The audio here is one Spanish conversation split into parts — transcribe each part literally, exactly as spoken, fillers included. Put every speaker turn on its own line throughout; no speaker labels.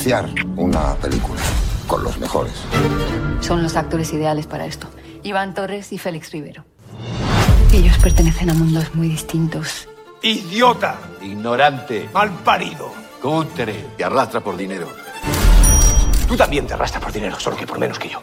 financiar una película con los mejores.
Son los actores ideales para esto. Iván Torres y Félix Rivero. Ellos pertenecen a mundos muy distintos.
¡Idiota!
Ignorante.
¡Malparido!
Cutre.
Te arrastra por dinero.
Tú también te arrastras por dinero, solo que por menos que yo.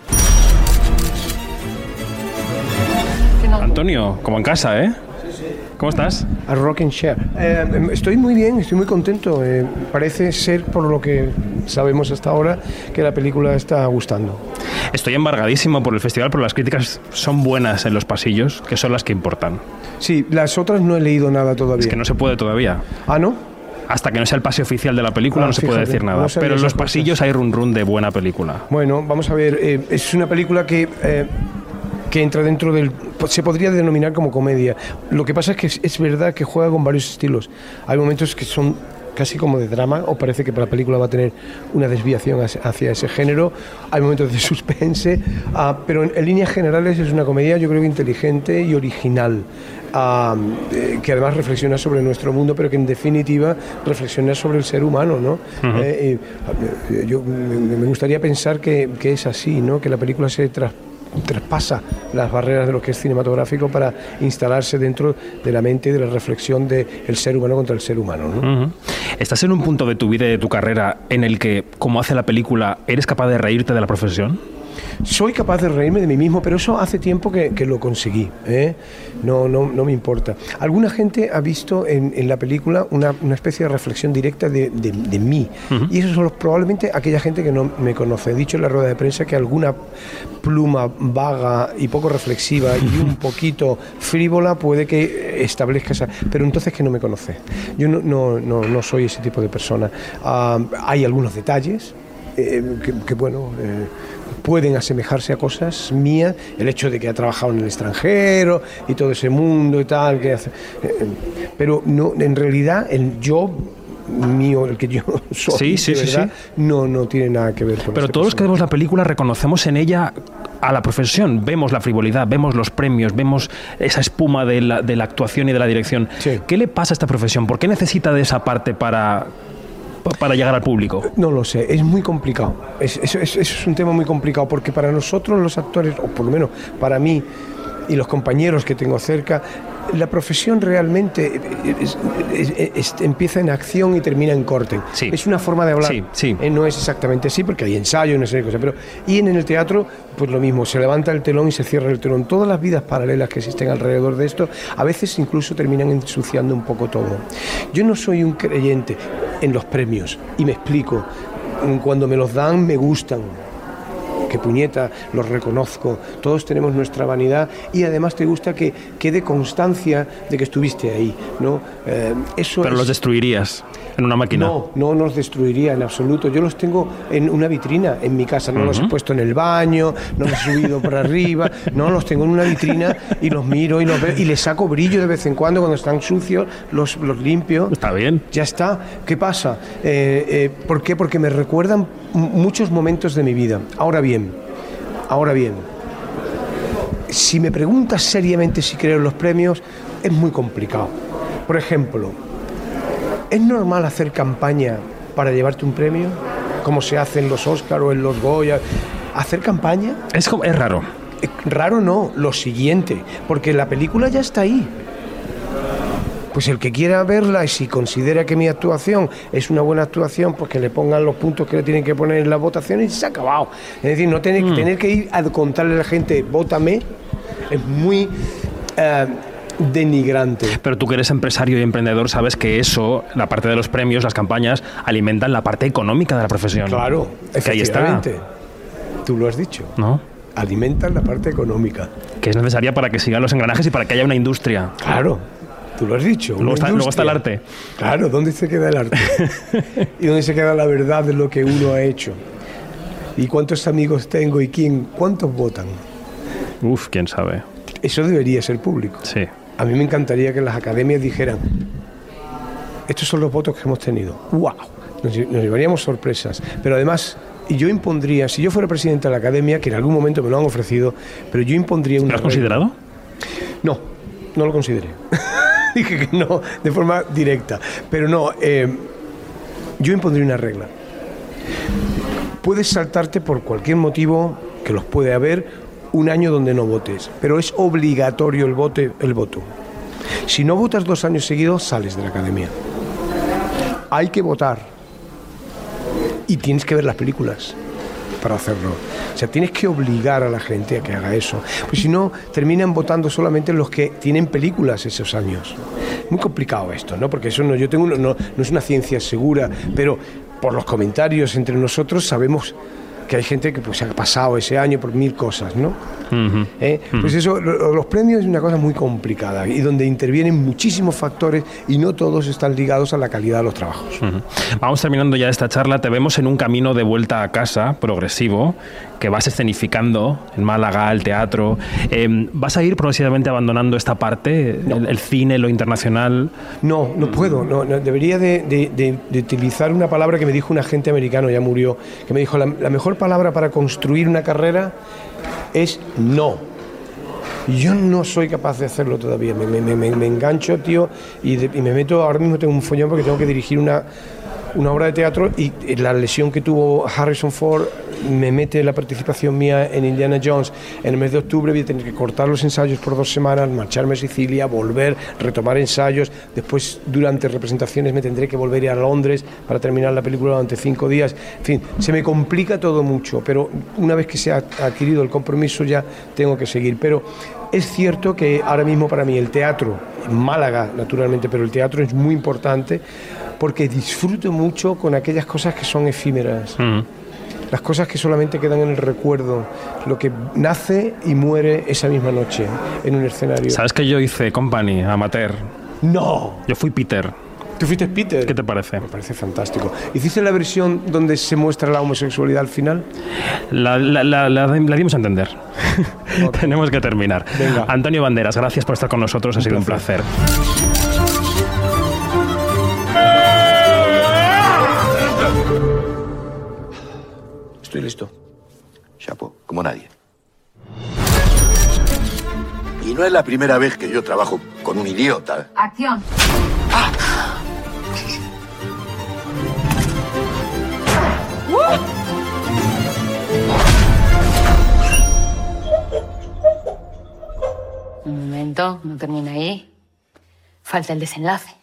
Antonio, como en casa, ¿eh? ¿Cómo estás?
A rocking chair. Eh, estoy muy bien, estoy muy contento. Eh, parece ser, por lo que sabemos hasta ahora, que la película está gustando.
Estoy embargadísimo por el festival, pero las críticas son buenas en los pasillos, que son las que importan.
Sí, las otras no he leído nada todavía.
Es que no se puede todavía.
¿Ah, no?
Hasta que no sea el pase oficial de la película ah, no se fíjate, puede decir nada. No pero en los pasillos cosas. Hay run run de buena película.
Bueno, vamos a ver. Eh, es una película que... Eh, que entra dentro del... se podría denominar como comedia. Lo que pasa es que es, es verdad que juega con varios estilos. Hay momentos que son casi como de drama, o parece que la película va a tener una desviación hacia ese género. Hay momentos de suspense, uh, pero en, en líneas generales es una comedia, yo creo que inteligente y original. Uh, eh, que además reflexiona sobre nuestro mundo, pero que en definitiva reflexiona sobre el ser humano, ¿no? Uh-huh. eh, eh, yo me, me gustaría pensar que, que es así, ¿no? Que la película se tras traspasa las barreras de lo que es cinematográfico para instalarse dentro de la mente y de la reflexión del ser humano contra el ser humano, ¿no?
Uh-huh. ¿Estás en un punto de tu vida y de tu carrera en el que, como hace la película, eres capaz de reírte de la profesión?
Soy capaz de reírme de mí mismo, pero eso hace tiempo que, que lo conseguí, ¿eh? no, no, no me importa. Alguna gente ha visto en, en la película una, una especie de reflexión directa de, de, de mí, uh-huh. y eso son los, probablemente aquella gente que no me conoce. He dicho en la rueda de prensa que alguna pluma vaga y poco reflexiva y un poquito frívola puede que establezca esa... Pero entonces que no me conoce. Yo no, no, no, no soy ese tipo de persona. Uh, hay algunos detalles eh, que, que, bueno... Eh, pueden asemejarse a cosas mías, el hecho de que ha trabajado en el extranjero y todo ese mundo y tal, que hace, eh, pero no, en realidad el yo mío, el que yo soy,
sí, sí,
de verdad,
sí, sí.
No, no tiene nada que ver con
pero
este
todos los que vemos la película reconocemos en ella a la profesión, vemos la frivolidad, vemos los premios, vemos esa espuma de la, de la actuación y de la dirección.
Sí.
¿Qué le pasa a esta profesión? ¿Por qué necesita de esa parte para... para llegar al público?
No lo sé, es muy complicado. Es, es, es, es un tema muy complicado porque para nosotros los actores, o por lo menos para mí y los compañeros que tengo cerca, la profesión realmente es, es, es, es, empieza en acción y termina en corte.
Sí.
Es una forma de hablar.
Sí, sí.
Eh, no es exactamente así porque hay ensayo y no sé qué cosa. Pero, y en el teatro, pues lo mismo, se levanta el telón y se cierra el telón. Todas las vidas paralelas que existen alrededor de esto, a veces incluso terminan ensuciando un poco todo. Yo no soy un creyente en los premios, y me explico. Cuando me los dan, me gustan. Que puñeta, los reconozco, todos tenemos nuestra vanidad y además te gusta que quede constancia de que estuviste ahí, ¿no? Eh, eso
Pero
es...
los destruirías en una máquina.
No, no los destruiría en absoluto. Yo los tengo en una vitrina en mi casa, no uh-huh. los he puesto en el baño, no los he subido por arriba, no, los tengo en una vitrina y los miro y los veo y les saco brillo de vez en cuando cuando están sucios, los, los limpio.
Está bien.
Ya está. ¿Qué pasa? Eh, eh, ¿Por qué? Porque me recuerdan muchos momentos de mi vida. Ahora bien, ahora bien, si me preguntas seriamente si creo en los premios, es muy complicado. Por ejemplo, ¿es normal hacer campaña para llevarte un premio? Como se hace en los Oscar o en los Goya. ¿Hacer campaña?
Es, es raro.
Raro no, lo siguiente, porque la película ya está ahí. Pues el que quiera verla y si considera que mi actuación es una buena actuación, pues que le pongan los puntos que le tienen que poner en la votación y se ha acabado. Es decir, no tener, mm. tener que ir a contarle a la gente, vótame, es muy... Uh, denigrante.
Pero tú que eres empresario y emprendedor sabes que eso, la parte de los premios, las campañas, alimentan la parte económica de la profesión.
Claro,
que ahí está.
Tú lo has dicho.
¿No?
Alimentan la parte económica.
Que es necesaria para que sigan los engranajes y para que haya una industria.
Claro. Tú lo has dicho.
Luego está, luego está el arte.
Claro, ¿dónde se queda el arte? ¿Y dónde se queda la verdad de lo que uno ha hecho? ¿Y cuántos amigos tengo y quién? ¿Cuántos votan?
Uf, quién sabe.
Eso debería ser público.
Sí.
A mí me encantaría que las academias dijeran: estos son los votos que hemos tenido. ¡Wow! Nos, nos llevaríamos sorpresas. Pero además, y yo impondría, si yo fuera presidente de la academia, que en algún momento me lo han ofrecido, pero yo impondría una...
¿Lo has considerado?
No, no lo consideré. Dije que no, de forma directa. Pero no, eh, yo impondría una regla. Puedes saltarte por cualquier motivo, que los puede haber, un año donde no votes, pero es obligatorio el, vote, el voto. Si no votas dos años seguidos, sales de la academia. Hay que votar. Y tienes que ver las películas para hacerlo. O sea, tienes que obligar a la gente a que haga eso. Pues si no, terminan votando solamente los que tienen películas esos años. Muy complicado esto, ¿no? Porque eso no, yo tengo, no, no es una ciencia segura, pero por los comentarios entre nosotros sabemos que hay gente que pues ha pasado ese año por mil cosas, ¿no? Uh-huh. ¿Eh? Uh-huh. Pues eso, lo, los premios es una cosa muy complicada y donde intervienen muchísimos factores y no todos están ligados a la calidad de los trabajos.
Uh-huh. Vamos terminando ya esta charla. Te vemos en un camino de vuelta a casa progresivo que vas escenificando en Málaga, el teatro. Eh, ¿Vas a ir progresivamente abandonando esta parte, no. el, el cine, lo internacional?
No, no puedo. No, no, debería de, de, de, de utilizar una palabra que me dijo un agente americano, ya murió, que me dijo, la, la mejor palabra para construir una carrera es no. Y yo no soy capaz de hacerlo todavía. Me, me, me, me engancho, tío, y, de, y me meto, ahora mismo tengo un follón porque tengo que dirigir una, una obra de teatro y la lesión que tuvo Harrison Ford me mete la participación mía en Indiana Jones. En el mes de octubre voy a tener que cortar los ensayos por dos semanas, marcharme a Sicilia, volver, retomar ensayos. Después, durante representaciones, me tendré que volver a ir a Londres para terminar la película durante cinco días. En fin, se me complica todo mucho, pero una vez que se ha adquirido el compromiso ya tengo que seguir. Pero es cierto que ahora mismo para mí el teatro, en Málaga naturalmente, pero el teatro es muy importante porque disfruto mucho con aquellas cosas que son efímeras. Mm. Las cosas que solamente quedan en el recuerdo, lo que nace y muere esa misma noche en un escenario.
¿Sabes que yo hice Company, amateur?
¡No!
Yo fui Peter.
¿Tú fuiste Peter?
¿Qué te parece?
Me parece fantástico. ¿Hiciste la versión donde se muestra la homosexualidad al final?
La, la, la, la, la dimos a entender. Okay. Tenemos que terminar.
Venga.
Antonio Banderas, gracias por estar con nosotros, ha un sido placer. un placer.
Estoy listo. Chapo, como nadie. Y no es la primera vez que yo trabajo con un idiota.
Acción.
¡Ah!
Un momento, no termina ahí. Falta el desenlace.